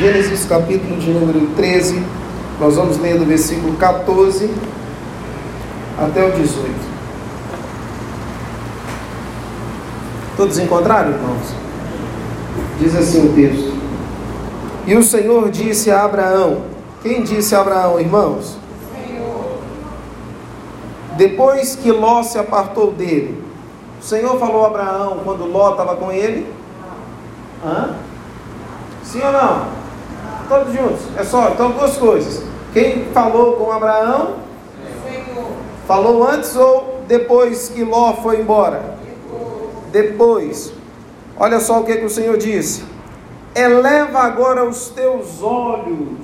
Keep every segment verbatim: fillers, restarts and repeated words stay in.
Gênesis capítulo de número treze, nós vamos ler do versículo quatorze até o dezoito. Todos encontraram, irmãos? Diz assim o texto: E o Senhor disse a Abraão. Quem disse a Abraão, irmãos? Senhor. Depois que Ló se apartou dele, o Senhor falou a Abraão quando Ló estava com ele? Hã? Sim ou não? Todos juntos. É só, então duas coisas. Quem falou com Abraão? Senhor. Falou antes ou depois que Ló foi embora? Depois. Depois. Olha só o que, que o Senhor disse: eleva agora os teus olhos.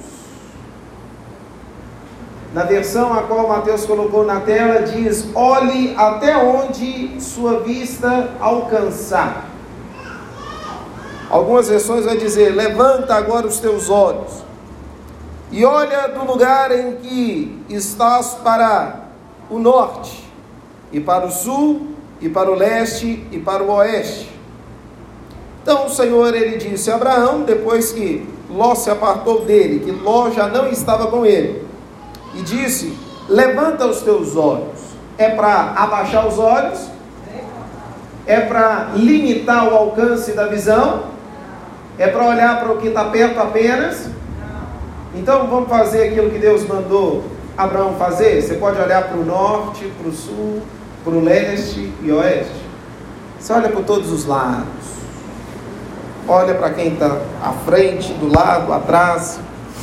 Na versão a qual Mateus colocou na tela, diz: olhe até onde sua vista alcançar. Algumas versões vai dizer: levanta agora os teus olhos e olha do lugar em que estás para o norte, e para o sul, e para o leste, e para o oeste. Então o Senhor, ele disse a Abraão, depois que Ló se apartou dele, que Ló já não estava com ele, e disse: levanta os teus olhos. É para abaixar os olhos? É para limitar o alcance da visão? É para olhar para o que está perto apenas? Então vamos fazer aquilo que Deus mandou Abraão fazer? Você pode olhar para o norte, para o sul, para o leste e oeste. Você olha por todos os lados. Olha para quem está à frente, do lado, atrás.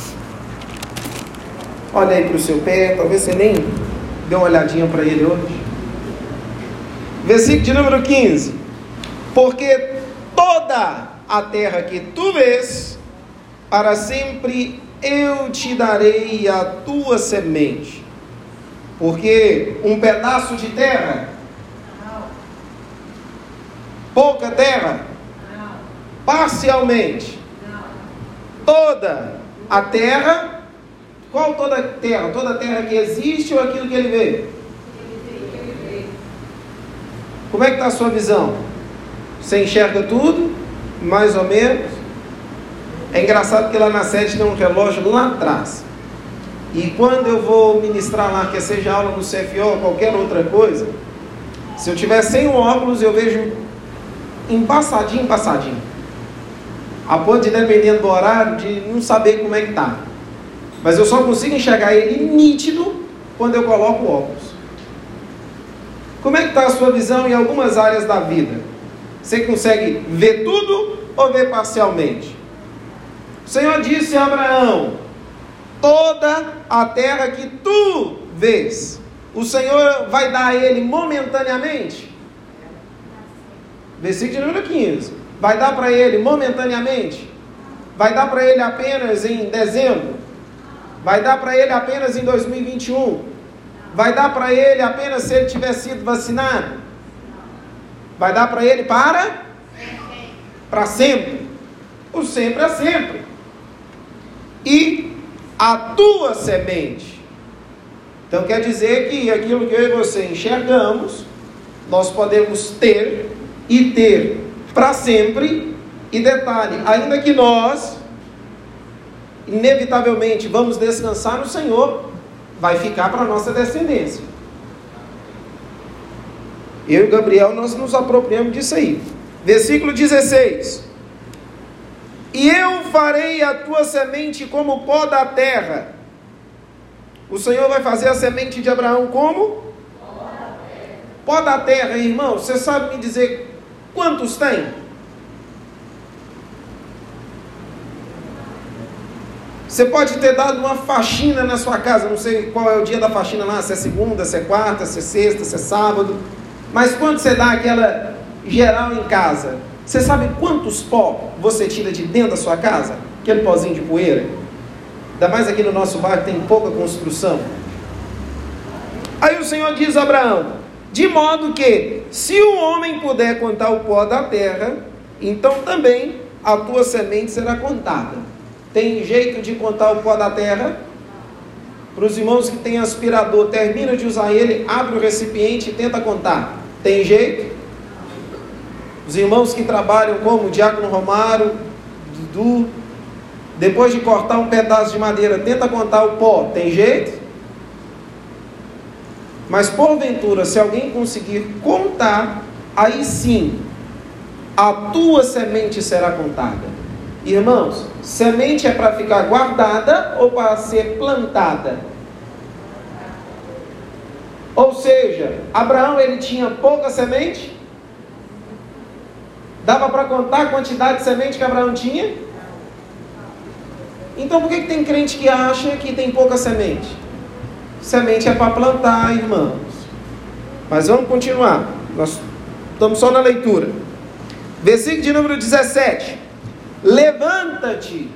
Olha aí para o seu pé. Talvez você nem dê uma olhadinha para ele hoje. Versículo de número quinze. Porque toda a terra que tu vês, para sempre eu te darei a tua semente. Porque um pedaço de terra, pouca terra, parcialmente, toda a terra. Qual toda a terra? Toda a terra que existe ou aquilo que ele vê? Como é que está a sua visão? Você enxerga tudo? Mais ou menos? É engraçado que lá na sede tem um relógio lá atrás. E quando eu vou ministrar lá, quer seja aula no C F O ou qualquer outra coisa, se eu tiver sem o óculos, eu vejo embaçadinho, embaçadinho. A ponto de, dependendo do horário, de não saber como é que está. Mas eu só consigo enxergar ele nítido quando eu coloco o óculos. Como é que está a sua visão em algumas áreas da vida? Você consegue ver tudo ou ver parcialmente? O Senhor disse a Abraão: toda a terra que tu vês, o Senhor vai dar a ele momentaneamente? Versículo número quinze. Vai dar para ele momentaneamente? Vai dar para ele apenas em dezembro? Vai dar para ele apenas em dois mil e vinte e um? Vai dar para ele apenas se ele tiver sido vacinado? Vai dar para ele para? Para sempre. O sempre é sempre. E a tua semente. Então quer dizer que aquilo que eu e você enxergamos, nós podemos ter e ter para sempre. E detalhe, ainda que nós inevitavelmente vamos descansar no Senhor, vai ficar para a nossa descendência. Eu e Gabriel, nós nos apropriamos disso aí. Versículo dezesseis. E eu farei a tua semente como o pó da terra. O Senhor vai fazer a semente de Abraão como? Pó da terra. Pó da terra, irmão. Você sabe me dizer quantos tem? Você pode ter dado uma faxina na sua casa. Não sei qual é o dia da faxina lá. Se é segunda, se é quarta, se é sexta, se é sábado. Mas quando você dá aquela geral em casa, você sabe quantos pó você tira de dentro da sua casa? Aquele pozinho de poeira. Ainda mais aqui no nosso bairro tem pouca construção. Aí o Senhor diz a Abraão: de modo que, se o homem puder contar o pó da terra, então também a tua semente será contada. Tem jeito de contar o pó da terra? Para os irmãos que têm aspirador, termina de usar ele, abre o recipiente e tenta contar. Tem jeito? Os irmãos que trabalham como o Diácono Romário, Dudu, depois de cortar um pedaço de madeira, tenta contar o pó, tem jeito? Mas porventura, se alguém conseguir contar, aí sim, a tua semente será contada. Irmãos, semente é para ficar guardada ou para ser plantada? Ou seja, Abraão ele tinha pouca semente? Dava para contar a quantidade de semente que Abraão tinha? Então por que, que tem crente que acha que tem pouca semente? Semente é para plantar, irmãos. Mas vamos continuar. Nós estamos só na leitura. Versículo de número dezessete. Levanta-te.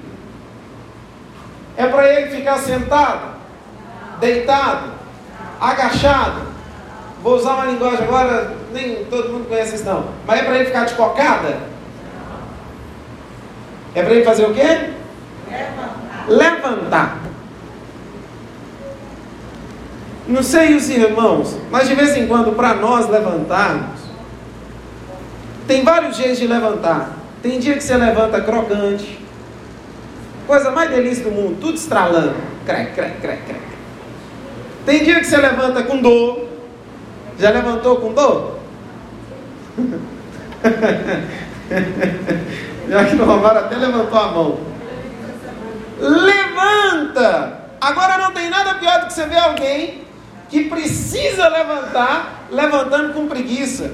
É para ele ficar sentado, deitado, agachado. Vou usar uma linguagem agora, nem todo mundo conhece isso não. Mas é para ele ficar de cocada? É para ele fazer o quê? Levantar. Levantar. Não sei os irmãos, mas de vez em quando, para nós levantarmos, tem vários jeitos de levantar. Tem dia que você levanta crocante, coisa mais delícia do mundo, tudo estralando, crec, crec, crec, crec. Tem dia que você levanta com dor. Já levantou com dor? Já que não roubaram, até levantou a mão. Levanta! Agora não tem nada pior do que você ver alguém que precisa levantar, levantando com preguiça.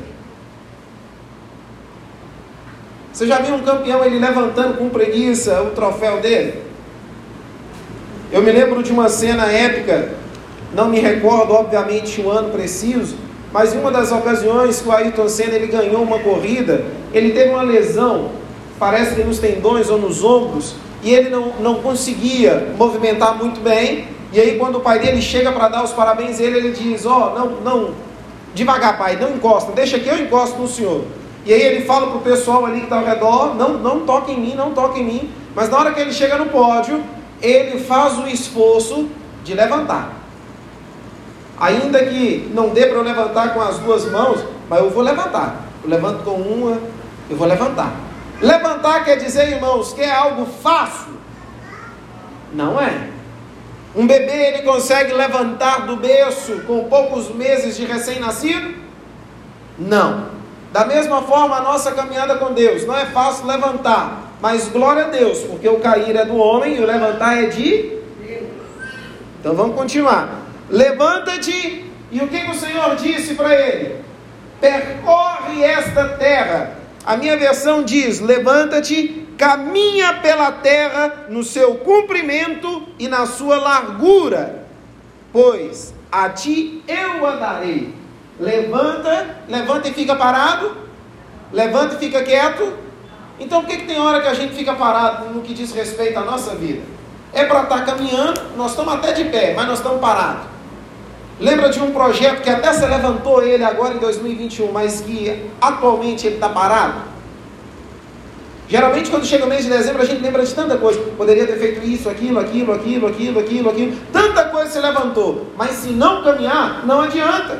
Você já viu um campeão ele levantando com preguiça o troféu dele? Eu me lembro de uma cena épica, não me recordo obviamente o ano preciso, mas em uma das ocasiões que o Ayrton Senna ele ganhou uma corrida, ele teve uma lesão, parece que nos tendões ou nos ombros, e ele não, não conseguia movimentar muito bem. E aí quando o pai dele chega para dar os parabéns a ele, ele diz, ó, oh, não, não, devagar pai, não encosta, deixa que eu encosto no senhor. E aí ele fala para o pessoal ali que está ao redor, não, não toque em mim, não toque em mim. Mas na hora que ele chega no pódio, ele faz o esforço de levantar. Ainda que não dê para eu levantar com as duas mãos, mas eu vou levantar. Eu levanto com uma, eu vou levantar. Levantar quer dizer, irmãos, que é algo fácil? Não é. Um bebê ele consegue levantar do berço com poucos meses de recém-nascido? Não. Da mesma forma a nossa caminhada com Deus, não é fácil levantar, mas glória a Deus, porque o cair é do homem e o levantar é de Deus. Então vamos continuar. Levanta-te, e o que, que o Senhor disse para ele? Percorre esta terra. A minha versão diz, levanta-te, caminha pela terra no seu comprimento e na sua largura, pois a ti eu a darei. Levanta, levanta e fica parado? Levanta e fica quieto? Então por que, que tem hora que a gente fica parado no que diz respeito à nossa vida? É para estar caminhando, nós estamos até de pé, mas nós estamos parados. Lembra de um projeto que até se levantou ele agora em dois mil e vinte e um, mas que atualmente ele está parado? Geralmente quando chega o mês de dezembro a gente lembra de tanta coisa. Poderia ter feito isso, aquilo, aquilo, aquilo, aquilo, aquilo, aquilo. Tanta coisa se levantou. Mas se não caminhar, não adianta.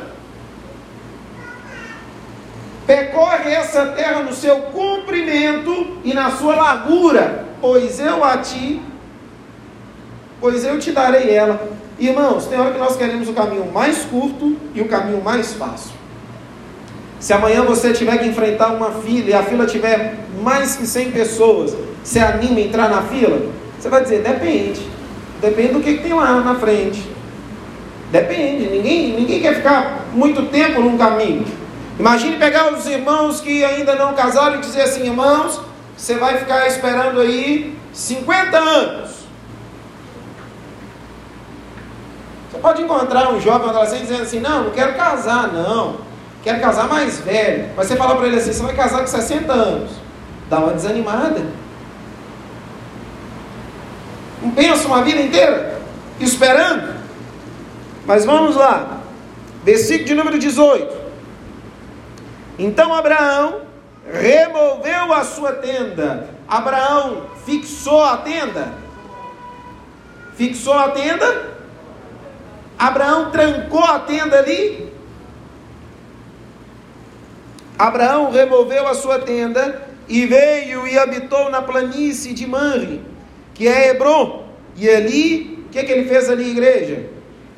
Percorre essa terra no seu comprimento e na sua largura, pois eu a ti, pois eu te darei ela. Irmãos, tem hora que nós queremos o caminho mais curto e o caminho mais fácil. Se amanhã você tiver que enfrentar uma fila e a fila tiver mais que cem pessoas, você anima a entrar na fila? Você vai dizer, depende. Depende do que, que tem lá na frente. Depende. Ninguém, ninguém quer ficar muito tempo num caminho. Imagine pegar os irmãos que ainda não casaram e dizer assim, irmãos, você vai ficar esperando aí cinquenta anos. Você pode encontrar um jovem, um adolescente dizendo assim, não, não quero casar, não. Quero casar mais velho. Mas você fala para ele assim, você vai casar com sessenta anos. Dá uma desanimada. Não pensa uma vida inteira esperando? Mas vamos lá. Versículo de número dezoito. Então Abraão removeu a sua tenda. Abraão fixou a tenda. Fixou a tenda? Abraão trancou a tenda ali? Abraão removeu a sua tenda e veio e habitou na planície de Manre, que é Hebrom. E ali, o que, que ele fez ali, igreja?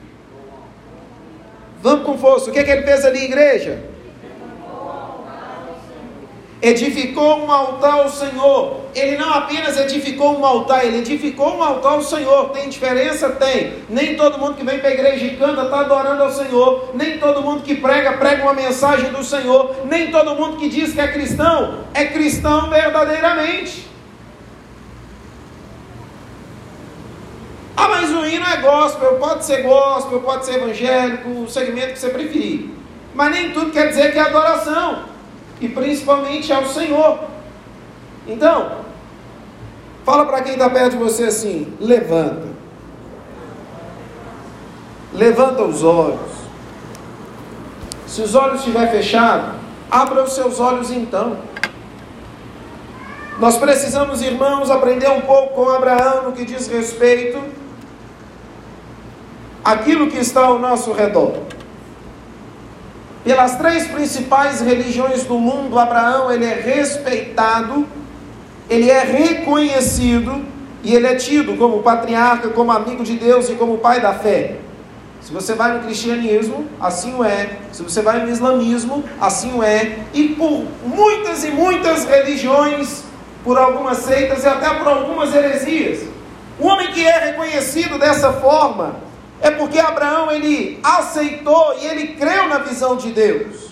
Vamos com força, o que, que ele fez ali, igreja? Edificou um altar ao Senhor. Ele não apenas edificou um altar, ele edificou um altar ao Senhor. Tem diferença? Tem. Nem todo mundo que vem para a igreja e canta está adorando ao Senhor. Nem todo mundo que prega, prega uma mensagem do Senhor. Nem todo mundo que diz que é cristão, é cristão verdadeiramente. Ah, mas o hino é gospel. Pode ser gospel, pode ser evangélico, o segmento que você preferir. Mas nem tudo quer dizer que é adoração. E principalmente ao Senhor. Então, fala para quem está perto de você assim: levanta. Levanta os olhos. Se os olhos estiverem fechados, abra os seus olhos então. Nós precisamos, irmãos, aprender um pouco com Abraão no que diz respeito àquilo que está ao nosso redor. Pelas três principais religiões do mundo, Abraão ele é respeitado, ele é reconhecido e ele é tido como patriarca, como amigo de Deus e como pai da fé. Se você vai no cristianismo, assim o é. Se você vai no islamismo, assim o é. E por muitas e muitas religiões, por algumas seitas e até por algumas heresias. O homem que é reconhecido dessa forma é porque Abraão, ele aceitou e ele creu na visão de Deus.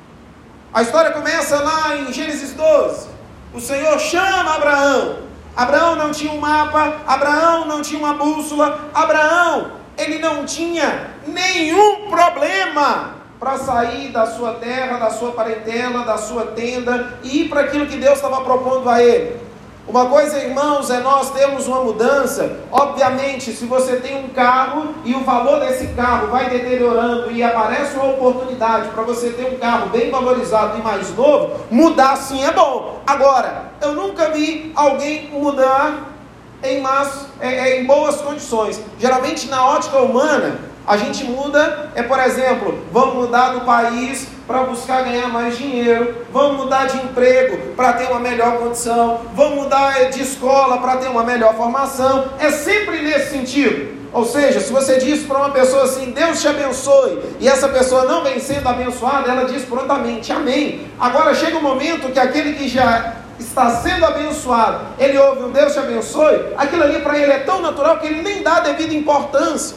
A história começa lá em Gênesis doze. O Senhor chama Abraão. Abraão não tinha um mapa, Abraão não tinha uma bússola, Abraão, ele não tinha nenhum problema para sair da sua terra, da sua parentela, da sua tenda e ir para aquilo que Deus estava propondo a ele. Uma coisa, irmãos, é nós termos uma mudança. Obviamente, se você tem um carro e o valor desse carro vai deteriorando e aparece uma oportunidade para você ter um carro bem valorizado e mais novo, mudar sim é bom. Agora, eu nunca vi alguém mudar em, más, é, em boas condições. Geralmente, na ótica humana, a gente muda, é por exemplo, vamos mudar do país para buscar ganhar mais dinheiro, vamos mudar de emprego para ter uma melhor condição, vamos mudar de escola para ter uma melhor formação, é sempre nesse sentido. Ou seja, se você diz para uma pessoa assim, Deus te abençoe, e essa pessoa não vem sendo abençoada, ela diz prontamente, amém. Agora chega um momento que aquele que já está sendo abençoado, ele ouve um Deus te abençoe, aquilo ali para ele é tão natural que ele nem dá a devida importância.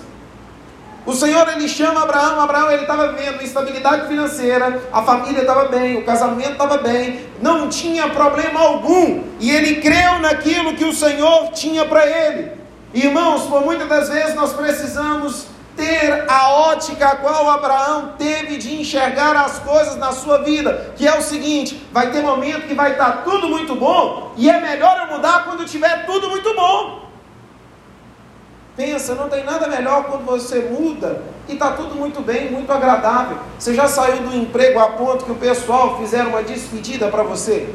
O Senhor, ele chama Abraão, Abraão ele estava vivendo estabilidade financeira, a família estava bem, o casamento estava bem, não tinha problema algum, e ele creu naquilo que o Senhor tinha para ele. Irmãos, por muitas das vezes nós precisamos ter a ótica a qual Abraão teve de enxergar as coisas na sua vida, que é o seguinte: vai ter momento que vai estar tudo muito bom, e é melhor eu mudar quando tiver tudo muito bom. Pensa, não tem nada melhor quando você muda e está tudo muito bem, muito agradável. Você já saiu do emprego a ponto que o pessoal fizeram uma despedida para você,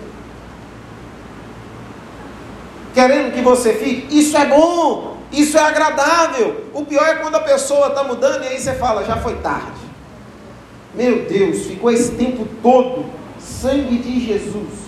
querendo que você fique? Isso é bom, isso é agradável. O pior é quando a pessoa está mudando e aí você fala, já foi tarde. Meu Deus, ficou esse tempo todo, sangue de Jesus.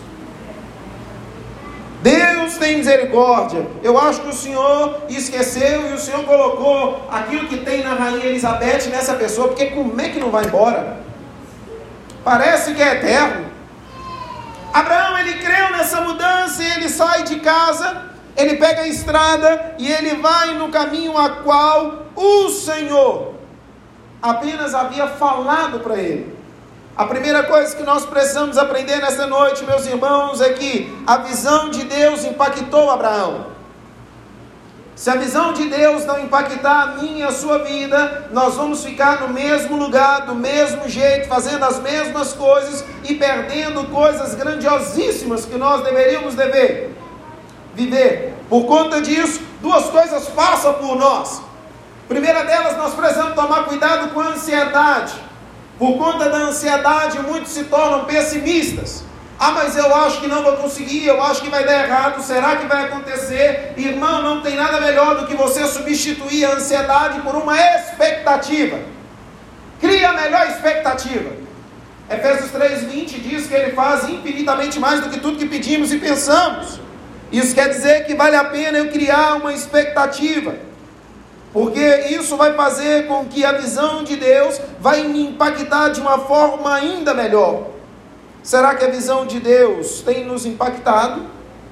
Deus tem misericórdia. Eu acho que o Senhor esqueceu e o Senhor colocou aquilo que tem na Rainha Elizabeth nessa pessoa, porque como é que não vai embora? Parece que é eterno. Abraão, ele creu nessa mudança e ele sai de casa, ele pega a estrada e ele vai no caminho a qual o Senhor apenas havia falado para ele. A primeira coisa que nós precisamos aprender nesta noite, meus irmãos, é que a visão de Deus impactou Abraão. Se a visão de Deus não impactar a minha e a sua vida, nós vamos ficar no mesmo lugar, do mesmo jeito, fazendo as mesmas coisas e perdendo coisas grandiosíssimas que nós deveríamos dever, viver. Por conta disso, duas coisas passam por nós. A primeira delas, nós precisamos tomar cuidado com a ansiedade. Por conta da ansiedade, muitos se tornam pessimistas. Ah, mas eu acho que não vou conseguir, eu acho que vai dar errado, será que vai acontecer? Irmão, não tem nada melhor do que você substituir a ansiedade por uma expectativa. Cria a melhor expectativa. Efésios três, vinte diz que ele faz infinitamente mais do que tudo que pedimos e pensamos. Isso quer dizer que vale a pena eu criar uma expectativa, porque isso vai fazer com que a visão de Deus vai me impactar de uma forma ainda melhor. Será que a visão de Deus tem nos impactado?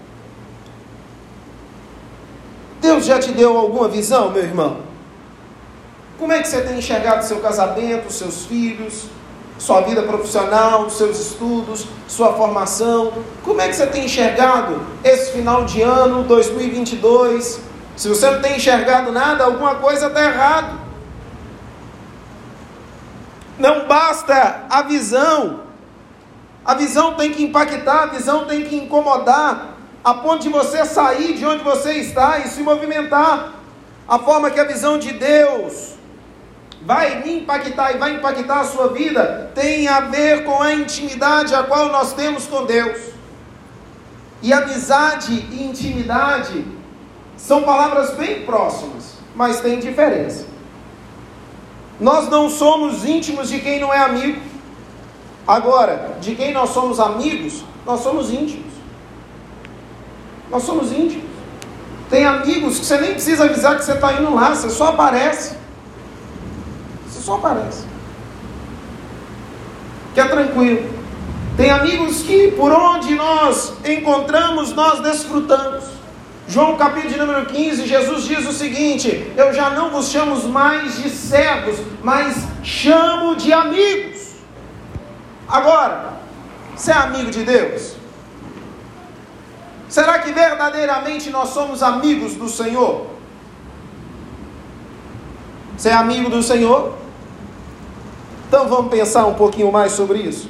Deus já te deu alguma visão, meu irmão? Como é que você tem enxergado seu casamento, seus filhos, sua vida profissional, seus estudos, sua formação? Como é que você tem enxergado esse final de ano, dois mil e vinte e dois? Se você não tem enxergado nada, alguma coisa está errado. Não basta a visão. A visão tem que impactar, a visão tem que incomodar, a ponto de você sair de onde você está e se movimentar. A forma que a visão de Deus vai me impactar e vai impactar a sua vida tem a ver com a intimidade a qual nós temos com Deus. E amizade e intimidade são palavras bem próximas, mas tem diferença. Nós não somos íntimos de quem não é amigo. Agora, de quem nós somos amigos, nós somos íntimos. Nós somos íntimos. Tem amigos que você nem precisa avisar que você está indo lá, você só aparece. Você só aparece. Que é tranquilo. Tem amigos que por onde nós encontramos, nós desfrutamos. João capítulo de número quinze, Jesus diz o seguinte: eu já não vos chamo mais de servos, mas chamo de amigos. Agora, você é amigo de Deus? Será que verdadeiramente nós somos amigos do Senhor? Você é amigo do Senhor? Então vamos pensar um pouquinho mais sobre isso.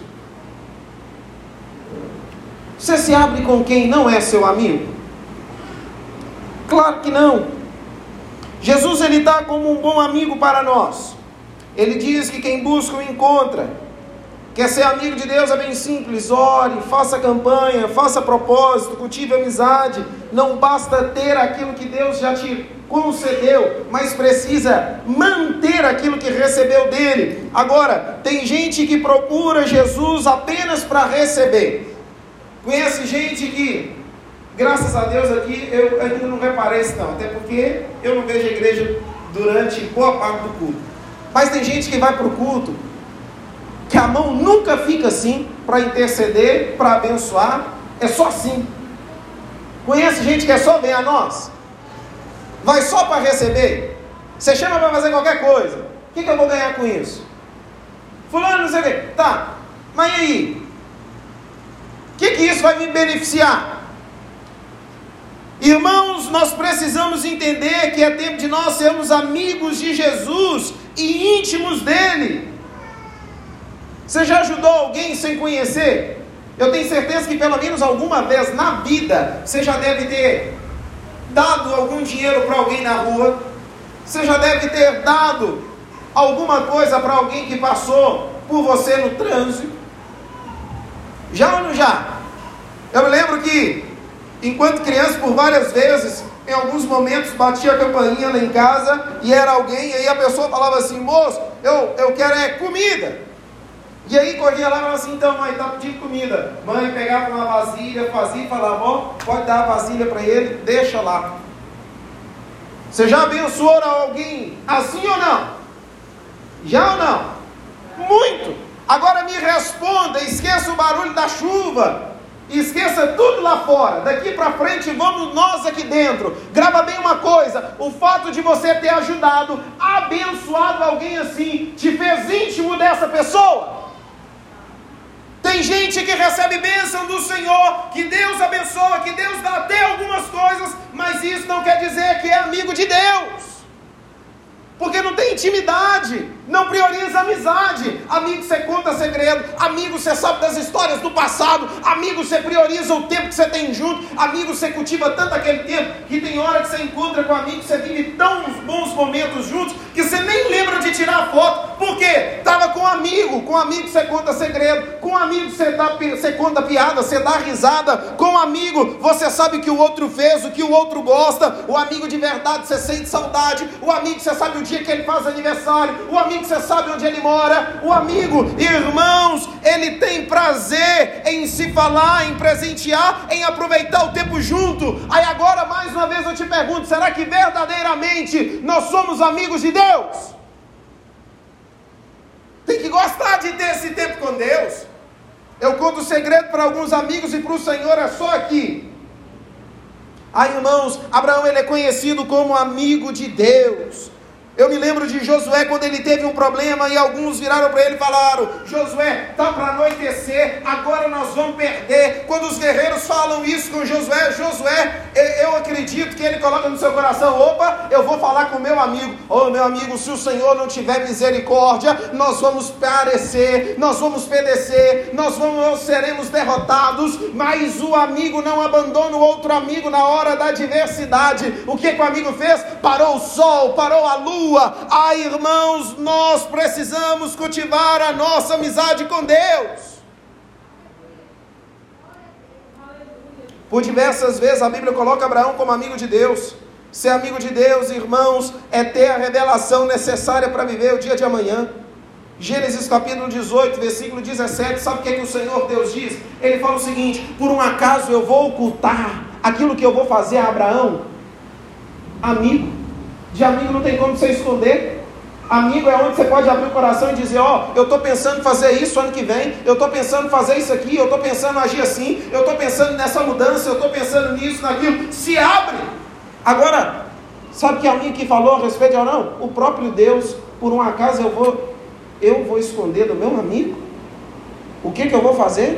Você se abre com quem não é seu amigo? Claro que não. Jesus, ele está como um bom amigo para nós. Ele diz que quem busca o encontra. Quer ser amigo de Deus é bem simples: ore, faça campanha, faça propósito, cultive amizade. Não basta ter aquilo que Deus já te concedeu, mas precisa manter aquilo que recebeu dele. Agora, tem gente que procura Jesus apenas para receber. Conhece gente que, graças a Deus aqui, eu ainda não reparei isso não, até porque eu não vejo a igreja durante boa parte do culto. Mas tem gente que vai para o culto, que a mão nunca fica assim, para interceder, para abençoar, é só assim. Conhece gente que é só bem a nós? Vai só para receber? Você chama para fazer qualquer coisa, o que, que eu vou ganhar com isso? Fulano, não sei o quê, tá, mas e aí? O que, que isso vai me beneficiar? Irmãos, nós precisamos entender que é tempo de nós sermos amigos de Jesus e íntimos dele. Você já ajudou alguém sem conhecer? Eu tenho certeza que pelo menos alguma vez na vida você já deve ter dado algum dinheiro para alguém na rua. Você já deve ter dado alguma coisa para alguém que passou por você no trânsito. Já ou não já? Eu me lembro que, enquanto criança, por várias vezes, em alguns momentos, batia a campainha lá em casa e era alguém, e aí a pessoa falava assim: moço, eu, eu quero é comida. E aí corria lá e falava assim: então mãe, está pedindo comida. Mãe pegava uma vasilha, fazia e falava: ó, pode dar a vasilha para ele, deixa lá. Você já abençoou alguém assim ou não? Já ou não? Muito. Agora me responda, esqueça o barulho da chuva, esqueça tudo lá fora, daqui para frente vamos nós aqui dentro. Grava bem uma coisa: o fato de você ter ajudado, abençoado alguém assim, te fez íntimo dessa pessoa. Tem gente que recebe bênção do Senhor, que Deus abençoa, que Deus dá até algumas coisas, mas isso não quer dizer que é amigo de Deus, porque não tem intimidade, não prioriza a amizade. Amigo, você conta segredo. Amigo, você sabe das histórias do passado. Amigo, você prioriza o tempo que você tem junto. Amigo, você cultiva tanto aquele tempo, que tem hora que você encontra com um amigo, você vive tão bons momentos juntos, que você nem lembra de tirar foto. Por quê? Estava com um amigo. Com um amigo você conta segredo. Com um amigo você, dá, você conta piada, você dá risada. Com um amigo você sabe o que o outro fez, o que o outro gosta. O amigo de verdade, você sente saudade. O amigo, você sabe o dia que ele faz aniversário. O amigo amigo, você sabe onde ele mora. O amigo, irmãos, ele tem prazer em se falar, em presentear, em aproveitar o tempo junto. Aí agora, mais uma vez eu te pergunto, será que verdadeiramente nós somos amigos de Deus? Tem que gostar de ter esse tempo com Deus. Eu conto o segredo para alguns amigos e para o Senhor é só aqui. Ah, irmãos, Abraão ele é conhecido como amigo de Deus. Eu me lembro de Josué quando ele teve um problema e alguns viraram para ele e falaram: Josué, está para anoitecer, agora nós vamos perder. Quando os guerreiros falam isso com Josué, Josué, eu acredito que ele coloca no seu coração: opa, eu vou falar com o meu amigo. Oh, meu amigo, se o Senhor não tiver misericórdia, nós vamos perecer, nós vamos perecer, nós vamos, seremos derrotados. Mas o amigo não abandona o outro amigo na hora da adversidade. O que, que o amigo fez? Parou o sol, parou a luz. Ah, irmãos, nós precisamos cultivar a nossa amizade com Deus. Por diversas vezes a Bíblia coloca Abraão como amigo de Deus. Ser amigo de Deus, irmãos, é ter a revelação necessária para viver o dia de amanhã. Gênesis capítulo dezoito, versículo dezessete, sabe o que, é que o Senhor Deus diz? Ele fala o seguinte: por um acaso eu vou ocultar aquilo que eu vou fazer a Abraão? Amigo. De amigo não tem como você esconder. Amigo é onde você pode abrir o coração e dizer: ó, oh, eu estou pensando em fazer isso ano que vem, eu estou pensando em fazer isso aqui, eu estou pensando em agir assim, eu estou pensando nessa mudança, eu estou pensando nisso, naquilo. Se abre. Agora, sabe que amigo que falou a respeito de Abraão? O próprio Deus. Por um acaso eu vou eu vou esconder do meu amigo? O que que eu vou fazer?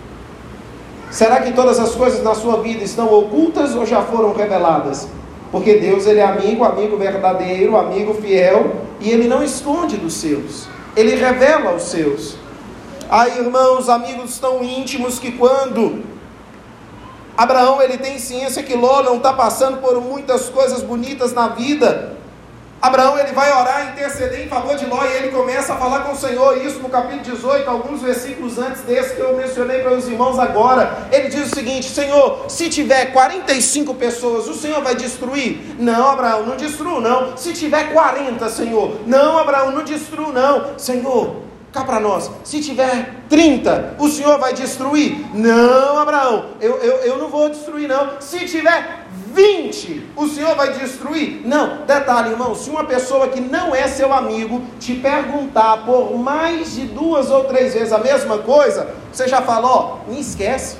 Será que todas as coisas na sua vida estão ocultas ou já foram reveladas? Porque Deus, ele é amigo, amigo verdadeiro, amigo fiel, e ele não esconde dos seus, ele revela os seus. Ah, irmãos, amigos tão íntimos que quando Abraão, ele tem ciência que Ló não está passando por muitas coisas bonitas na vida, Abraão, ele vai orar, interceder em favor de Ló, e ele começa a falar com o Senhor, isso no capítulo dezoito, alguns versículos antes desse que eu mencionei para os irmãos agora. Ele diz o seguinte: Senhor, se tiver quarenta e cinco pessoas, o Senhor vai destruir? Não, Abraão, não destrua não. Se tiver quarenta, Senhor, não, Abraão, não destrua não. Senhor, cá para nós, se tiver trinta, o Senhor vai destruir? Não, Abraão, eu, eu, eu não vou destruir não. Se tiver vinte, o Senhor vai destruir? Não. Detalhe, irmão, se uma pessoa que não é seu amigo te perguntar por mais de duas ou três vezes a mesma coisa, você já falou: ó, me esquece,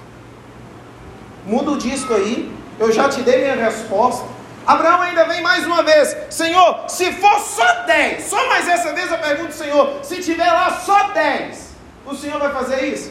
muda o disco aí, eu já te dei minha resposta. Abraão ainda vem mais uma vez: Senhor, se for só dez, só mais essa vez eu pergunto, Senhor, se tiver lá só dez, o Senhor vai fazer isso?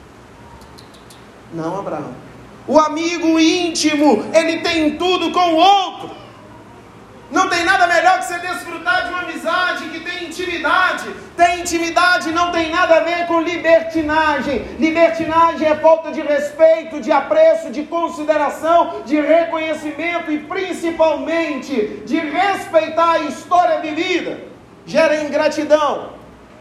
Não, Abraão. O amigo íntimo, ele tem tudo com o outro. Não tem nada melhor que você desfrutar de uma amizade que tem intimidade. Tem intimidade, não tem nada a ver com libertinagem. Libertinagem é falta de respeito, de apreço, de consideração, de reconhecimento e principalmente de respeitar a história vivida. Gera ingratidão.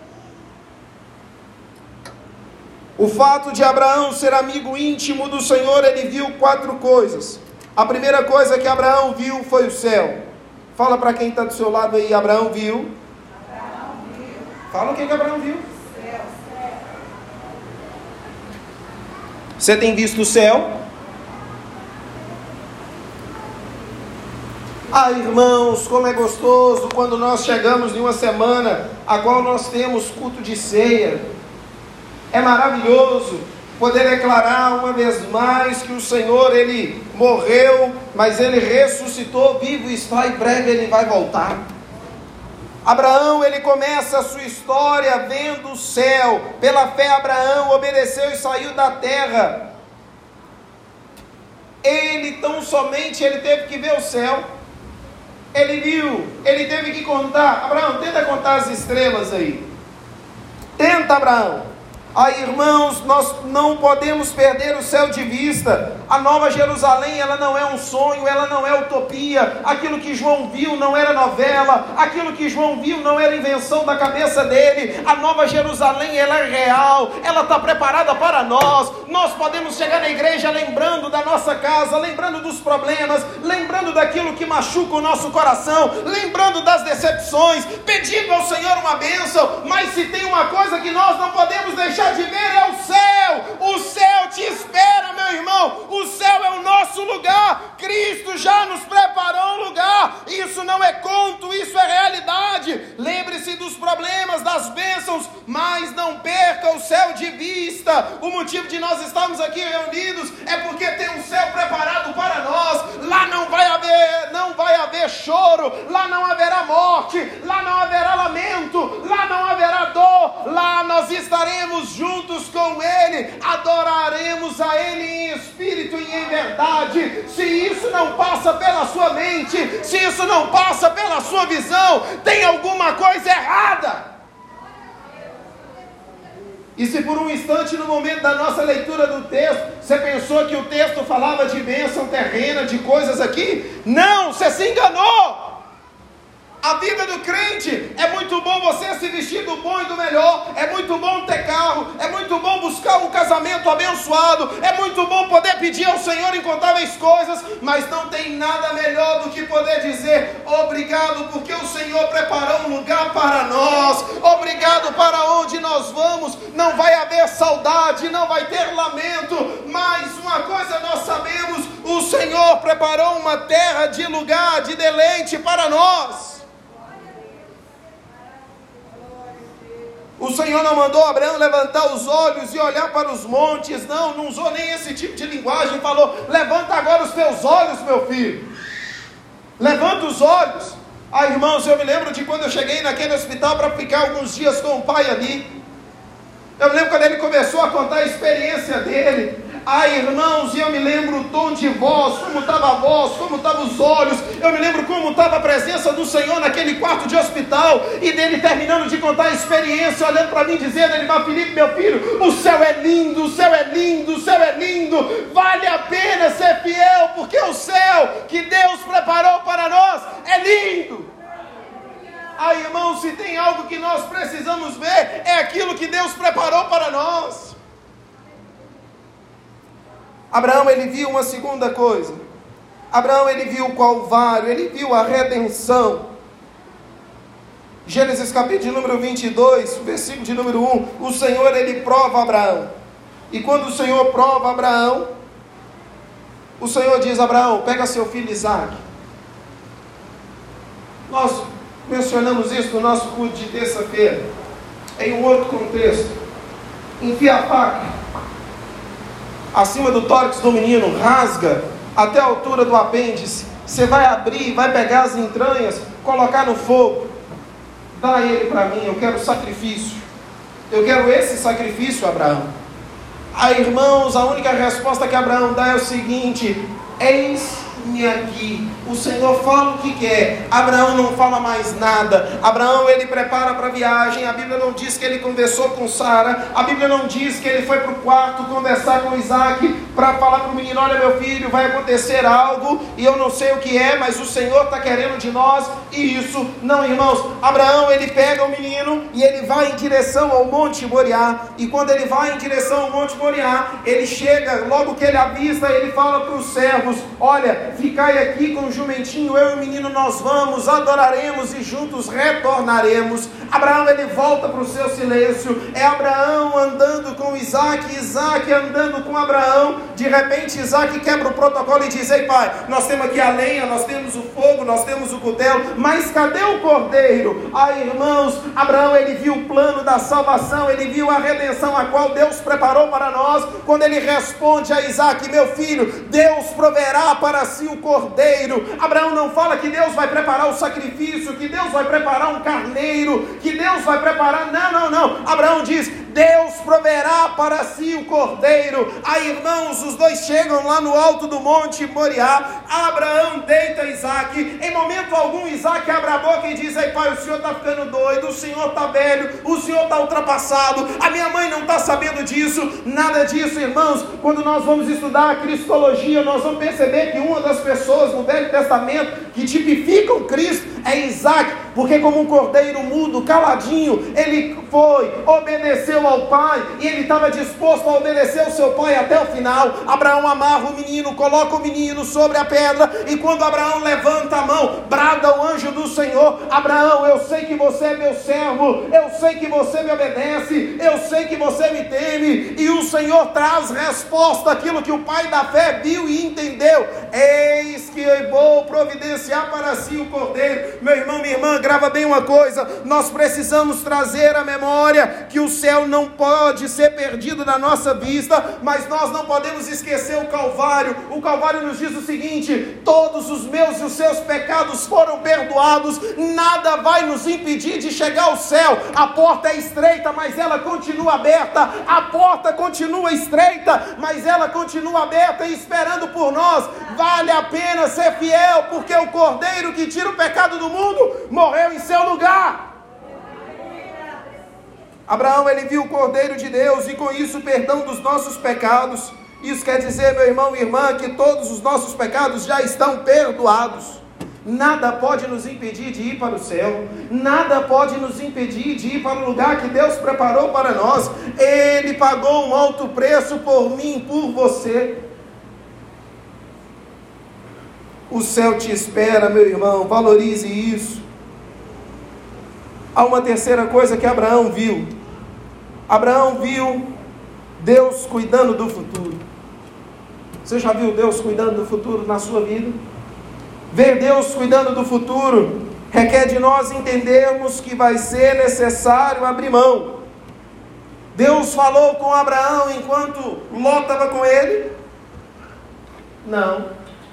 O fato de Abraão ser amigo íntimo do Senhor, ele viu quatro coisas. A primeira coisa que Abraão viu foi o céu. Fala para quem está do seu lado aí: Abraão viu. Abraão viu. Fala o que, que Abraão viu. Céu, céu. Você tem visto o céu? Ah, irmãos, como é gostoso quando nós chegamos em uma semana a qual nós temos culto de ceia. É maravilhoso poder declarar uma vez mais que o Senhor, ele morreu, mas ele ressuscitou, vivo está, e breve ele vai voltar. Abraão, ele começa a sua história vendo o céu. Pela fé Abraão obedeceu e saiu da terra. Ele tão somente, ele teve que ver o céu. Ele viu, ele teve que contar. Abraão, tenta contar as estrelas aí. Tenta, Abraão. Aí, irmãos, nós não podemos perder o céu de vista. A Nova Jerusalém, ela não é um sonho, ela não é utopia. Aquilo que João viu não era novela, aquilo que João viu não era invenção da cabeça dele. A Nova Jerusalém, ela é real, ela está preparada para nós. Nós podemos chegar na igreja lembrando da nossa casa, lembrando dos problemas, lembrando daquilo que machuca o nosso coração, lembrando das decepções, pedindo ao Senhor uma bênção. Mas se tem uma coisa que nós não podemos deixar de ver, é o céu. O céu te espera, meu irmão. O céu é o nosso lugar. Cristo já nos preparou um lugar. Isso não é conto, isso é realidade. Lembre-se dos problemas, das bênçãos, mas não perca o céu de vista. O motivo de nós estarmos aqui reunidos é porque tem um céu preparado para nós. Lá não vai haver, não vai haver choro, lá não haverá morte, lá não haverá lamento, lá não haverá dor. Lá nós estaremos juntos com Ele, adoraremos a Ele em espírito e em verdade. Se isso não passa pela sua mente, se isso não passa pela sua visão, tem alguma coisa errada. E se por um instante, no momento da nossa leitura do texto, você pensou que o texto falava de bênção terrena, de coisas aqui? Não, você se enganou. A vida do crente, é muito bom você se vestir do bom e do melhor, é muito bom ter carro, é muito bom buscar um casamento abençoado, é muito bom poder pedir ao Senhor incontáveis coisas, mas não tem nada melhor do que poder dizer obrigado, porque o Senhor preparou um lugar para nós. Obrigado. Para onde nós vamos não vai haver saudade, não vai ter lamento, mas uma coisa nós sabemos: o Senhor preparou uma terra de lugar, de deleite para nós. O Senhor não mandou Abraão levantar os olhos e olhar para os montes, não, não usou nem esse tipo de linguagem. Falou: levanta agora os teus olhos, meu filho, levanta os olhos. Ah, irmãos, eu me lembro de quando eu cheguei naquele hospital para ficar alguns dias com o pai ali. Eu me lembro quando ele começou a contar a experiência dele. Ah, irmãos, e eu me lembro o tom de voz, como estava a voz, como estavam os olhos. Eu me lembro como estava a presença do Senhor naquele quarto de hospital, e dele terminando de contar a experiência, olhando para mim, dizendo: ele vai, Felipe, meu filho, o céu é lindo, o céu é lindo, o céu é lindo, vale a pena ser fiel, porque o céu que Deus preparou para nós é lindo. Ah, irmãos, se tem algo que nós precisamos ver, é aquilo que Deus preparou para nós. Abraão, ele viu uma segunda coisa. Abraão, ele viu o Calvário, ele viu a redenção. Gênesis capítulo número vinte e dois, versículo de número um, o Senhor, ele prova Abraão. E quando o Senhor prova Abraão, o Senhor diz: Abraão, pega seu filho Isaque. Nós mencionamos isso no nosso culto de terça-feira, em um outro contexto. Enfia a faca acima do tórax do menino, rasga até a altura do apêndice. Você vai abrir, vai pegar as entranhas, colocar no fogo. Dá ele para mim, eu quero sacrifício. Eu quero esse sacrifício, Abraão. Aí, irmãos, a única resposta que Abraão dá é o seguinte: eis-me aqui. O Senhor fala o que quer. Abraão não fala mais nada. Abraão, ele prepara para a viagem. A Bíblia não diz que ele conversou com Sara. A Bíblia não diz que ele foi para o quarto conversar com Isaque, para falar para o menino: olha, meu filho, vai acontecer algo, e eu não sei o que é, mas o Senhor está querendo de nós e isso. Não, irmãos, Abraão, ele pega o menino e ele vai em direção ao Monte Moriá. E quando ele vai em direção ao Monte Moriá, ele chega, logo que ele avista, ele fala para os servos: olha, ficai aqui com o jumentinho, eu e o menino nós vamos, adoraremos e juntos retornaremos. Abraão, ele volta para o seu silêncio. É Abraão andando com Isaque, Isaque andando com Abraão. De repente Isaque quebra o protocolo e diz: ei, pai, nós temos aqui a lenha, nós temos o fogo, nós temos o cutelo, mas cadê o cordeiro? Aí, irmãos, Abraão, ele viu o plano da salvação, ele viu a redenção a qual Deus preparou para nós, quando ele responde a Isaque: meu filho, Deus proverá para si o cordeiro. Abraão não fala que Deus vai preparar o sacrifício, que Deus vai preparar um carneiro, que Deus vai preparar, não, não, não. Abraão diz: Deus proverá para si o cordeiro. Aí, irmãos, os dois chegam lá no alto do monte Moriá. Abraão deita Isaque. Em momento algum, Isaque abre a boca e diz: ei, pai, o senhor está ficando doido, o senhor está velho, o senhor está ultrapassado, a minha mãe não está sabendo disso. Nada disso, irmãos. Quando nós vamos estudar a cristologia, nós vamos perceber que uma das pessoas no Velho Testamento que tipificam Cristo é Isaque, porque como um cordeiro mudo, caladinho, ele foi, obedeceu ao pai, e ele estava disposto a obedecer ao seu pai até o final. Abraão amarra o menino, coloca o menino sobre a pedra, e quando Abraão levanta a mão, brada o anjo do Senhor: Abraão, eu sei que você é meu servo, eu sei que você me obedece, eu sei que você me teme. E o Senhor traz resposta àquilo que o pai da fé viu e entendeu: eis que eu vou providenciar para si o cordeiro. Meu irmão, minha irmã, grava bem uma coisa: nós precisamos trazer à memória que o céu não pode ser perdido da nossa vista, mas nós não podemos esquecer o Calvário. O Calvário nos diz o seguinte: todos os meus e os seus pecados foram perdoados, nada vai nos impedir de chegar ao céu. A porta é estreita, mas ela continua aberta. A porta continua estreita, mas ela continua aberta e esperando por nós. Vale a pena ser fiel, porque o cordeiro que tira o pecado do mundo morreu em seu lugar. Abraão, ele viu o cordeiro de Deus, e com isso o perdão dos nossos pecados. Isso quer dizer, meu irmão e irmã, que todos os nossos pecados já estão perdoados. Nada pode nos impedir de ir para o céu, nada pode nos impedir de ir para o lugar que Deus preparou para nós. Ele pagou um alto preço por mim e por você. O céu te espera, meu irmão, valorize isso. Há uma terceira coisa que Abraão viu. Abraão viu Deus cuidando do futuro. Você já viu Deus cuidando do futuro na sua vida? Ver Deus cuidando do futuro requer de nós entendermos que vai ser necessário abrir mão. Deus falou com Abraão enquanto Ló estava com ele? Não.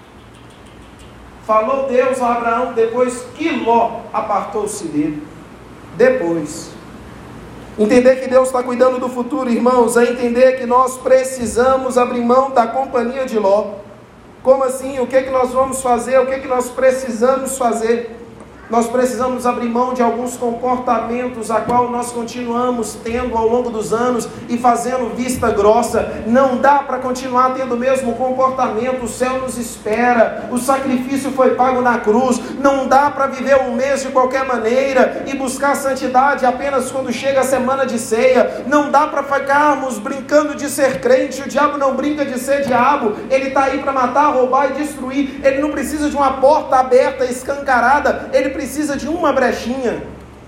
Falou Deus a Abraão depois que Ló apartou-se dele. Depois. Entender que Deus está cuidando do futuro, irmãos, é entender que nós precisamos abrir mão da companhia de Ló. Como assim? O que é que nós vamos fazer? O que é que nós precisamos fazer? Nós precisamos abrir mão de alguns comportamentos a qual nós continuamos tendo ao longo dos anos e fazendo vista grossa. Não dá para continuar tendo o mesmo comportamento. O céu nos espera, o sacrifício foi pago na cruz. Não dá para viver um mês de qualquer maneira e buscar santidade apenas quando chega a semana de ceia. Não dá para ficarmos brincando de ser crente. O diabo não brinca de ser diabo. Ele está aí para matar, roubar e destruir. Ele não precisa de uma porta aberta, escancarada. Ele precisa de uma brechinha.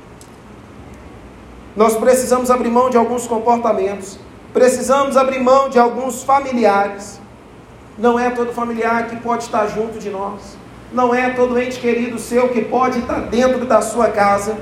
Nós precisamos abrir mão de alguns comportamentos, precisamos abrir mão de alguns familiares. Não é todo familiar que pode estar junto de nós, não é todo ente querido seu que pode estar dentro da sua casa.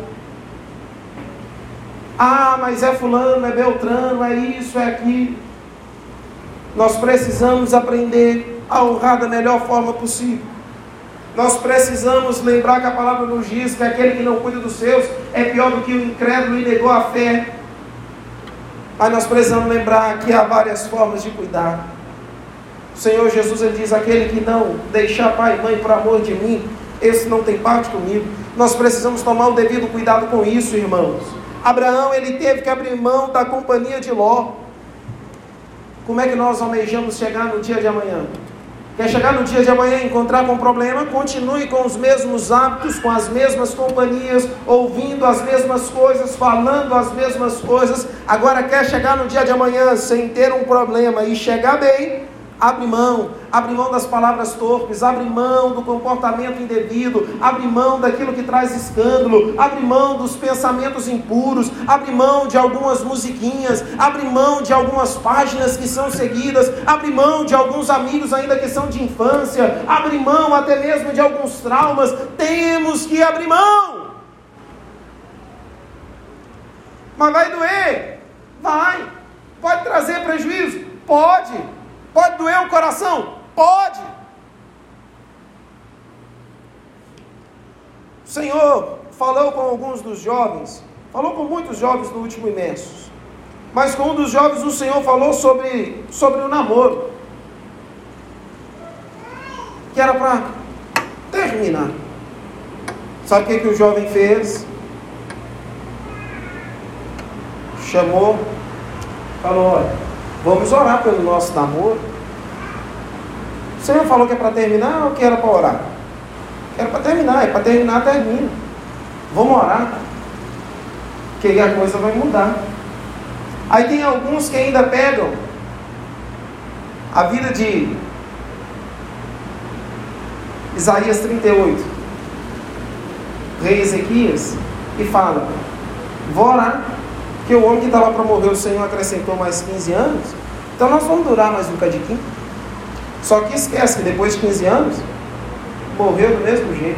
Ah, mas é fulano, é beltrano, é isso, é aquilo. Nós precisamos aprender a honrar da melhor forma possível. Nós precisamos lembrar que a palavra nos diz que aquele que não cuida dos seus é pior do que o incrédulo e negou a fé. Mas nós precisamos lembrar que há várias formas de cuidar. O Senhor Jesus, ele diz: aquele que não deixar pai e mãe por amor de mim, esse não tem parte comigo. Nós precisamos tomar o devido cuidado com isso, irmãos. Abraão, ele teve que abrir mão da companhia de Ló. Como é que nós almejamos chegar no dia de amanhã? Quer chegar no dia de amanhã e encontrar com um problema? Continue com os mesmos hábitos, com as mesmas companhias, ouvindo as mesmas coisas, falando as mesmas coisas. Agora quer chegar no dia de amanhã sem ter um problema e chegar bem? Abre mão, abre mão das palavras torpes, abre mão do comportamento indevido, abre mão daquilo que traz escândalo, abre mão dos pensamentos impuros, abre mão de algumas musiquinhas, abre mão de algumas páginas que são seguidas, abre mão de alguns amigos ainda que são de infância, abre mão até mesmo de alguns traumas. Temos que abrir mão. Mas vai doer? Vai. Pode trazer prejuízo? Pode. Pode doer o coração? Pode. O Senhor falou com alguns dos jovens, falou com muitos jovens no último imerso. Mas com um dos jovens o Senhor falou sobre, sobre o namoro, que era para terminar. Sabe o que, que o jovem fez? Chamou, falou: olha, vamos orar pelo nosso namoro. O Senhor falou que é para terminar ou que era para orar? Era para terminar, é para terminar, termina. Vamos orar, que aí a coisa vai mudar. Aí tem alguns que ainda pegam a vida de Isaías trinta e oito, rei Ezequias, e fala: vou orar, que o homem que estava para morrer, o Senhor acrescentou mais quinze anos, então nós vamos durar mais um cadinho. Só que esquece que depois de quinze anos, morreu do mesmo jeito.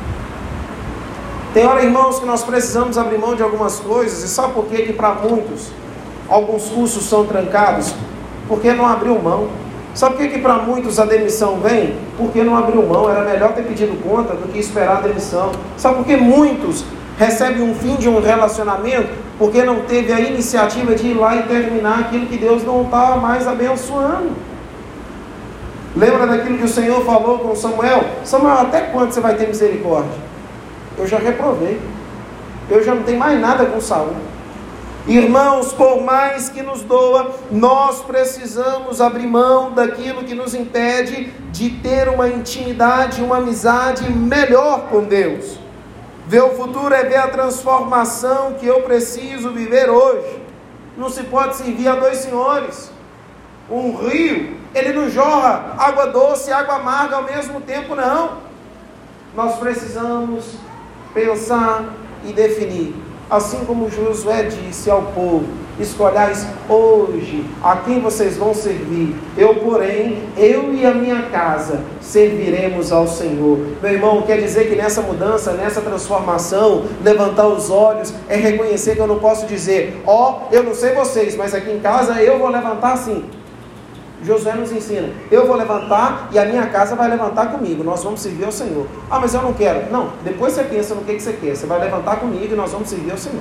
Tem hora, irmãos, que nós precisamos abrir mão de algumas coisas. E sabe por quê? Que para muitos alguns cursos são trancados? Porque não abriu mão. Sabe por quê que para muitos a demissão vem? Porque não abriu mão. Era melhor ter pedido conta do que esperar a demissão. Sabe por que muitos recebem um fim de um relacionamento? Porque não teve a iniciativa de ir lá e terminar aquilo que Deus não estava mais abençoando. Lembra daquilo que o Senhor falou com Samuel? Samuel, até quando você vai ter misericórdia? Eu já reprovei. Eu já não tenho mais nada com Saul. Irmãos, por mais que nos doa, nós precisamos abrir mão daquilo que nos impede de ter uma intimidade, uma amizade melhor com Deus. Ver o futuro é ver a transformação que eu preciso viver hoje. Não se pode servir a dois senhores. Um rio, ele não jorra água doce e água amarga ao mesmo tempo, não. Nós precisamos pensar e definir. Assim como Josué disse ao povo: escolhais hoje a quem vocês vão servir. Eu, porém, eu e a minha casa serviremos ao Senhor. Meu irmão, quer dizer que nessa mudança, nessa transformação, levantar os olhos é reconhecer que eu não posso dizer: ó, oh, eu não sei vocês, mas aqui em casa eu vou levantar sim. Josué nos ensina: eu vou levantar e a minha casa vai levantar comigo, nós vamos servir ao Senhor. Ah, mas eu não quero. Não, depois você pensa no que, que você quer. Você vai levantar comigo e nós vamos servir ao Senhor.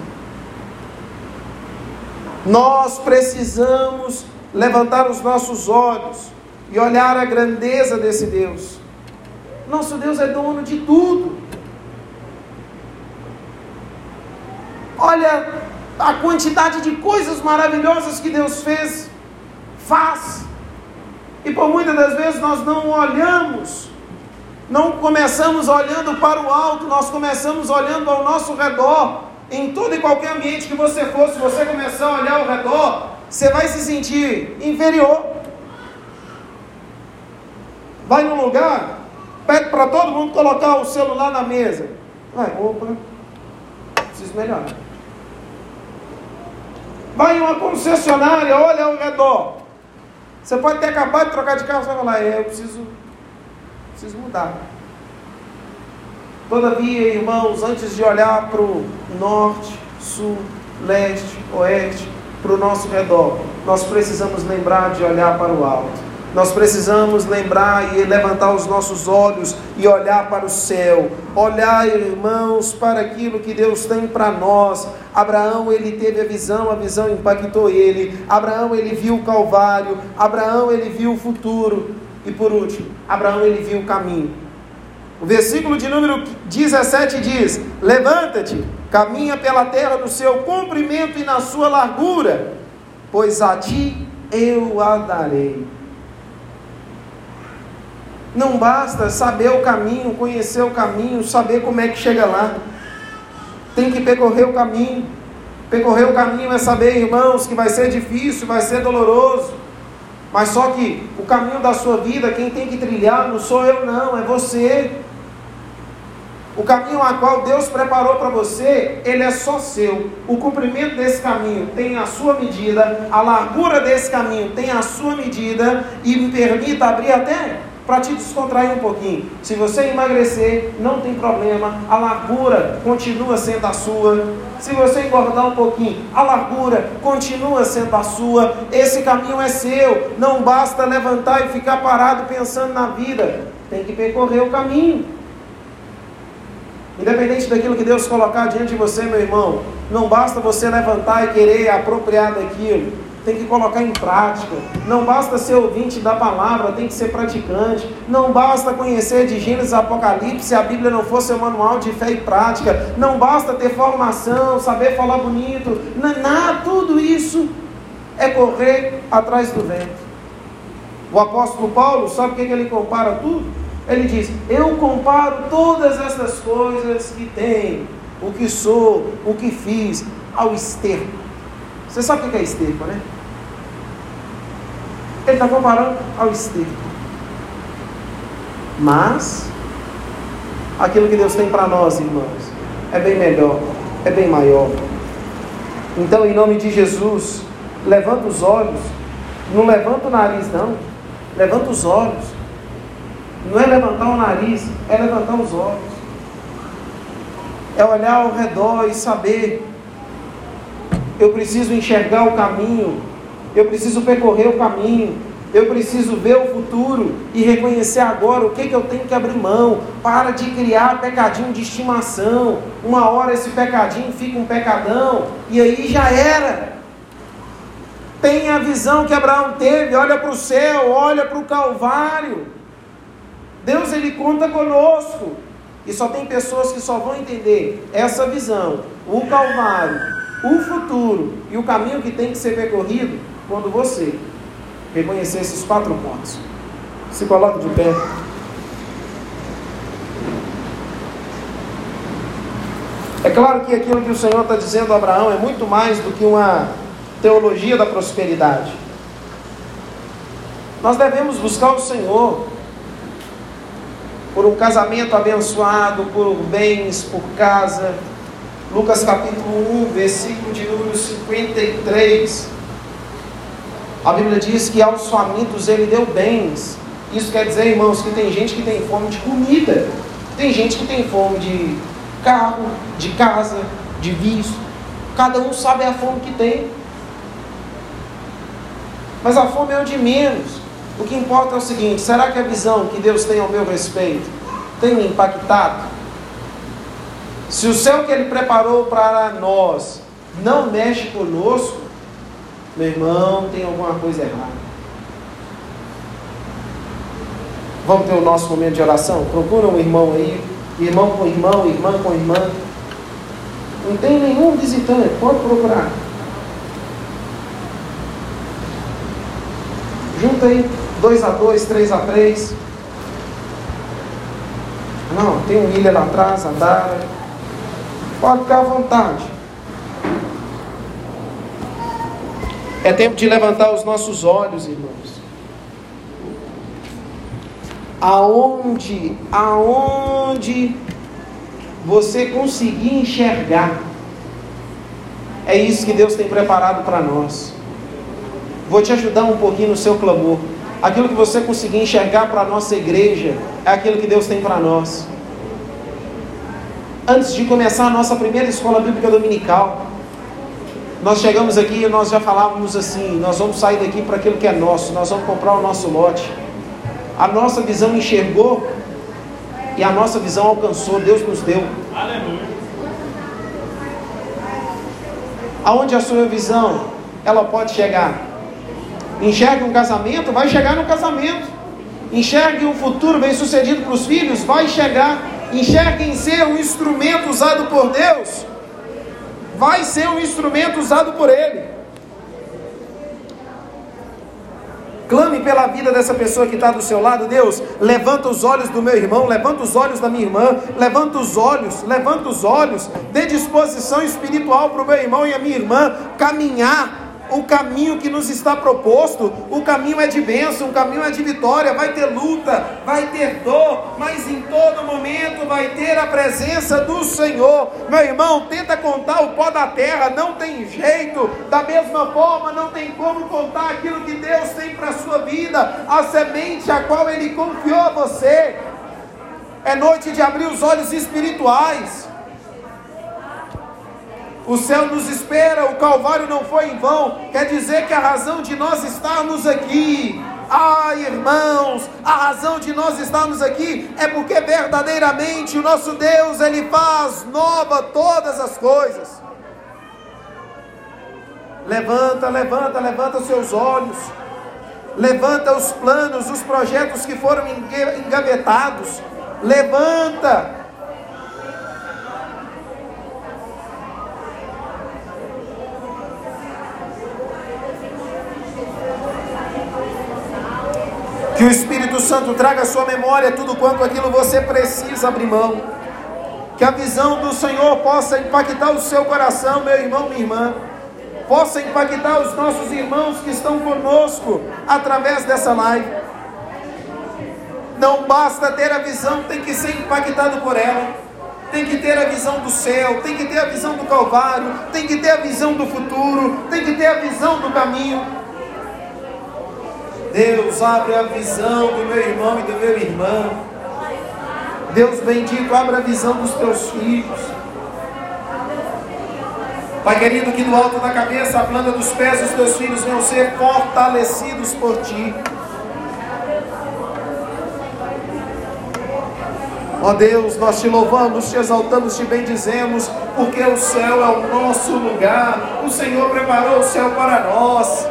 Nós precisamos levantar os nossos olhos e olhar a grandeza desse Deus. Nosso Deus é dono de tudo. Olha a quantidade de coisas maravilhosas que Deus fez, faz. E por muitas das vezes nós não olhamos, não começamos olhando para o alto, nós começamos olhando ao nosso redor. Em todo e qualquer ambiente que você for, se você começar a olhar ao redor, você vai se sentir inferior. Vai num lugar, pede para todo mundo colocar o celular na mesa. Vai, opa, preciso melhorar. Vai em uma concessionária, olha ao redor. Você pode ter acabado de trocar de carro, você vai falar: é, eu preciso, preciso mudar. Todavia, irmãos, antes de olhar para o norte, sul, leste, oeste, para o nosso redor, nós precisamos lembrar de olhar para o alto. Nós precisamos lembrar e levantar os nossos olhos e olhar para o céu. Olhar, irmãos, para aquilo que Deus tem para nós. Abraão, ele teve a visão, a visão impactou ele. Abraão, ele viu o Calvário. Abraão, ele viu o futuro. E por último, Abraão, ele viu o caminho. O versículo de número dezessete diz: levanta-te, caminha pela terra no seu comprimento e na sua largura, pois a ti eu a darei. Não basta saber o caminho, conhecer o caminho, saber como é que chega lá. Tem que percorrer o caminho. Percorrer o caminho é saber, irmãos, que vai ser difícil, vai ser doloroso. Mas só que o caminho da sua vida, quem tem que trilhar não sou eu não, é você. O caminho a qual Deus preparou para você, ele é só seu. O comprimento desse caminho tem a sua medida, a largura desse caminho tem a sua medida, e me permita abrir até para te descontrair um pouquinho. Se você emagrecer, não tem problema, a largura continua sendo a sua. Se você engordar um pouquinho, a largura continua sendo a sua. Esse caminho é seu. Não basta levantar e ficar parado pensando na vida. Tem que percorrer o caminho. Independente daquilo que Deus colocar diante de você, meu irmão, Não basta você levantar e querer apropriar daquilo, tem que colocar em prática. Não basta ser ouvinte da palavra, tem que ser praticante. Não basta conhecer de Gênesis a Apocalipse se a Bíblia não for seu manual de fé e prática. Não basta ter formação, saber falar bonito. Nada, tudo isso é correr atrás do vento. O apóstolo Paulo, sabe o que ele compara tudo? Ele diz: eu comparo todas essas coisas que tenho, o que sou, o que fiz, ao esterco. Você sabe o que é esterco, né? Ele está comparando ao esterco. Mas aquilo que Deus tem para nós, irmãos, é bem melhor, é bem maior. Então, em nome de Jesus, levanta os olhos. Não levanta o nariz, não. Levanta os olhos. Não é levantar o nariz, é levantar os olhos. É olhar ao redor e saber: eu preciso enxergar o caminho, eu preciso percorrer o caminho, eu preciso ver o futuro e reconhecer agora o que, que eu tenho que abrir mão. Para de criar pecadinho de estimação. Uma hora esse pecadinho fica um pecadão e aí já era. Tenha a visão que Abraão teve, olha para o céu, olha para o Calvário. Deus, Ele conta conosco. E só tem pessoas que só vão entender essa visão, o Calvário, o futuro e o caminho que tem que ser percorrido quando você reconhecer esses quatro pontos. Se coloque de pé. É claro que aquilo que o Senhor está dizendo a Abraão é muito mais do que uma teologia da prosperidade. Nós devemos buscar o Senhor por um casamento abençoado, por bens, por casa. Lucas capítulo um, versículo de número cinquenta e três. A Bíblia diz que aos famintos Ele deu bens. Isso quer dizer, irmãos, que tem gente que tem fome de comida. Tem gente que tem fome de carro, de casa, de vício. Cada um sabe a fome que tem. Mas a fome é o de menos. O que importa é o seguinte: será que a visão que Deus tem ao meu respeito tem me impactado? Se o céu que Ele preparou para nós não mexe conosco, meu irmão, tem alguma coisa errada. Vamos ter o nosso momento de oração? Procura um irmão aí, irmão com irmão, irmã com irmã. Não tem nenhum visitante, pode procurar. Junta aí, dois a dois, três a três. Não, tem um William lá atrás, a Dara. Pode ficar à vontade. É tempo de levantar os nossos olhos, irmãos. Aonde, aonde você conseguir enxergar, é isso que Deus tem preparado para nós. Vou te ajudar um pouquinho no seu clamor. Aquilo que você conseguir enxergar para a nossa igreja é aquilo que Deus tem para nós. Antes de começar a nossa primeira escola bíblica dominical, nós chegamos aqui e nós já falávamos assim: nós vamos sair daqui para aquilo que é nosso, nós vamos comprar o nosso lote. A nossa visão enxergou e a nossa visão alcançou, Deus nos deu. Aleluia. Aonde a sua visão ela pode chegar? Enxergue um casamento, vai chegar no casamento. Enxergue um futuro bem sucedido para os filhos, vai chegar. Enxergue em ser um instrumento usado por Deus, vai ser um instrumento usado por Ele. Clame pela vida dessa pessoa que está do seu lado. Deus, levanta os olhos do meu irmão, levanta os olhos da minha irmã, levanta os olhos, levanta os olhos, dê disposição espiritual para o meu irmão e a minha irmã caminhar o caminho que nos está proposto. O caminho é de bênção, o caminho é de vitória. Vai ter luta, vai ter dor, mas em todo momento vai ter a presença do Senhor. Meu irmão, tenta contar o pó da terra, não tem jeito. Da mesma forma, não tem como contar aquilo que Deus tem para a sua vida, a semente a qual Ele confiou a você. É noite de abrir os olhos espirituais. O céu nos espera, o Calvário não foi em vão. Quer dizer que a razão de nós estarmos aqui, ah, irmãos, a razão de nós estarmos aqui é porque verdadeiramente o nosso Deus, Ele faz nova todas as coisas. Levanta, levanta, levanta seus olhos. Levanta os planos, os projetos que foram engavetados. Levanta. Que o Espírito Santo traga à sua memória tudo quanto aquilo você precisa abrir mão. Que a visão do Senhor possa impactar o seu coração, meu irmão, minha irmã. Possa impactar os nossos irmãos que estão conosco através dessa live. Não basta ter a visão, tem que ser impactado por ela. Tem que ter a visão do céu, tem que ter a visão do Calvário, tem que ter a visão do futuro, tem que ter a visão do caminho. Deus, abre a visão do meu irmão e do meu irmão. Deus bendito, abre a visão dos teus filhos. Pai querido, que do alto da cabeça, a planta dos pés dos teus filhos venham ser fortalecidos por Ti. Ó Deus, nós Te louvamos, Te exaltamos, Te bendizemos, porque o céu é o nosso lugar. O Senhor preparou o céu para nós.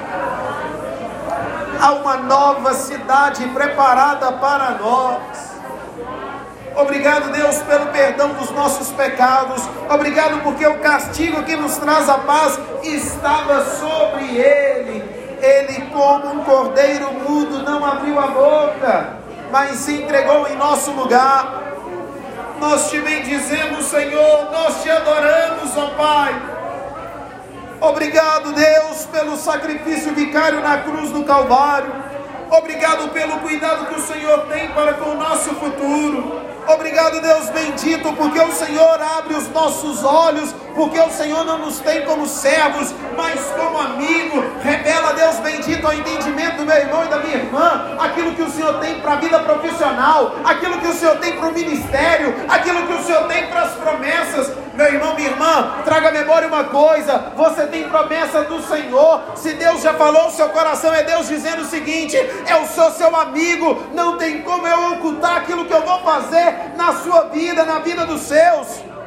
Há uma nova cidade preparada para nós. Obrigado, Deus, pelo perdão dos nossos pecados. Obrigado porque o castigo que nos traz a paz estava sobre Ele. Ele, como um cordeiro mudo, não abriu a boca, mas se entregou em nosso lugar. Nós Te bendizemos, Senhor. Nós Te adoramos, ó Pai. Obrigado, Deus, pelo sacrifício vicário na cruz do Calvário. Obrigado pelo cuidado que o Senhor tem para com o nosso futuro. Obrigado, Deus bendito, porque o Senhor abre os nossos olhos, porque o Senhor não nos tem como servos, mas como amigo. Revela, Deus bendito, ao entendimento do meu irmão e da minha irmã, aquilo que o Senhor tem para a vida profissional, aquilo que o Senhor tem para o ministério, aquilo que o Senhor tem para as promessas. Meu irmão, minha irmã, traga à memória uma coisa: você tem promessa do Senhor. Se Deus já falou o seu coração, é Deus dizendo o seguinte: eu sou seu amigo, não tem como eu ocultar aquilo que eu vou fazer na sua vida, na vida dos seus.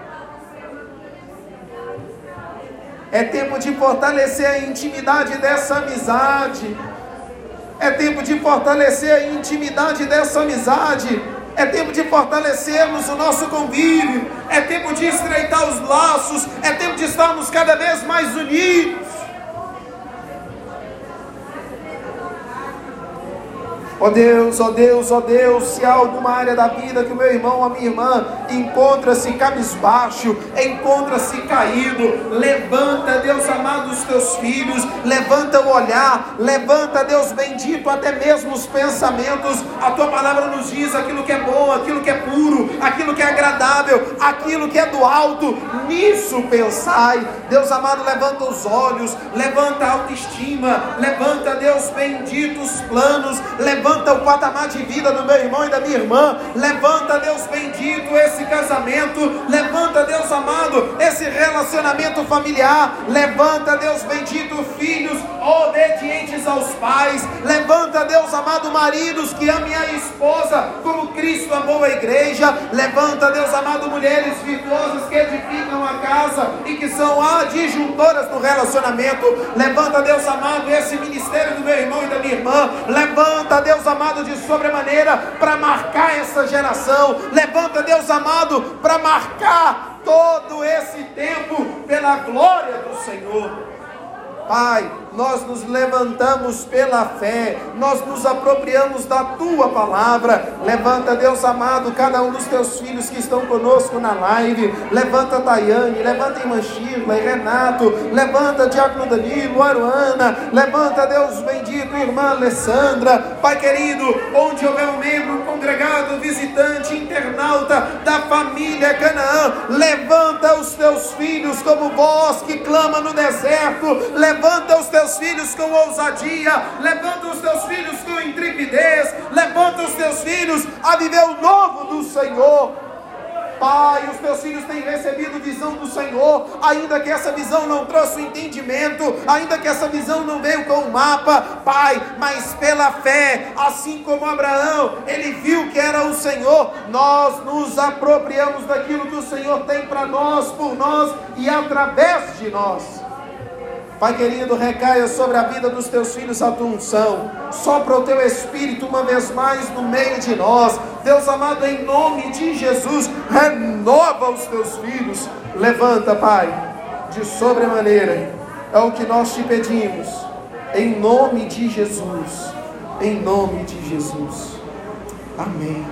É tempo de fortalecer a intimidade dessa amizade. É tempo de fortalecer a intimidade dessa amizade. É tempo de fortalecermos o nosso convívio. É tempo de estreitar os laços. É tempo de estarmos cada vez mais unidos. Ó Deus, ó Deus, ó Deus, se há alguma área da vida que o meu irmão ou a minha irmã encontra-se cabisbaixo, encontra-se caído, levanta, Deus amado, os teus filhos, levanta o olhar, levanta, Deus bendito, até mesmo os pensamentos. A tua palavra nos diz aquilo que é bom, aquilo que é puro, aquilo que é agradável, aquilo que é do alto, nisso pensai. Deus amado, levanta os olhos, levanta a autoestima, levanta, Deus bendito, os planos, levanta Levanta o patamar de vida do meu irmão e da minha irmã. Levanta, Deus bendito, esse casamento. Levanta, Deus amado, esse relacionamento familiar. Levanta, Deus bendito, filhos obedientes aos pais. Levanta, Deus amado, maridos que amem a esposa como Cristo amou a igreja. Levanta, Deus amado, mulheres virtuosas que edificam a casa e que são adjuntoras do relacionamento. Levanta, Deus amado, esse ministério do meu irmão e da minha irmã. Levanta, Deus Deus amado, de sobremaneira para marcar essa geração. Levanta, Deus amado, para marcar todo esse tempo pela glória do Senhor. Pai, nós nos levantamos pela fé, nós nos apropriamos da Tua palavra. Levanta, Deus amado, cada um dos Teus filhos que estão conosco na live. Levanta Tayane, levanta irmã Shirley, Renato, levanta Diácono Danilo, Aruana, levanta, Deus bendito, irmã Alessandra. Pai querido, onde houver um membro congregado, visitante, internauta da família Canaã, levanta os Teus filhos como voz que clama no deserto. Levanta os Teus filhos com ousadia, levanta os Teus filhos com intrepidez, levanta os Teus filhos a viver o novo do Senhor. Pai, os Teus filhos têm recebido visão do Senhor, ainda que essa visão não trouxe o entendimento, ainda que essa visão não veio com o mapa, Pai, mas pela fé, assim como Abraão, ele viu que era o Senhor, nós nos apropriamos daquilo que o Senhor tem para nós, por nós e através de nós. Pai querido, recaia sobre a vida dos teus filhos a tua unção. Sopra o teu Espírito uma vez mais no meio de nós. Deus amado, em nome de Jesus, renova os teus filhos. Levanta, Pai, de sobremaneira. É o que nós te pedimos. Em nome de Jesus. Em nome de Jesus. Amém.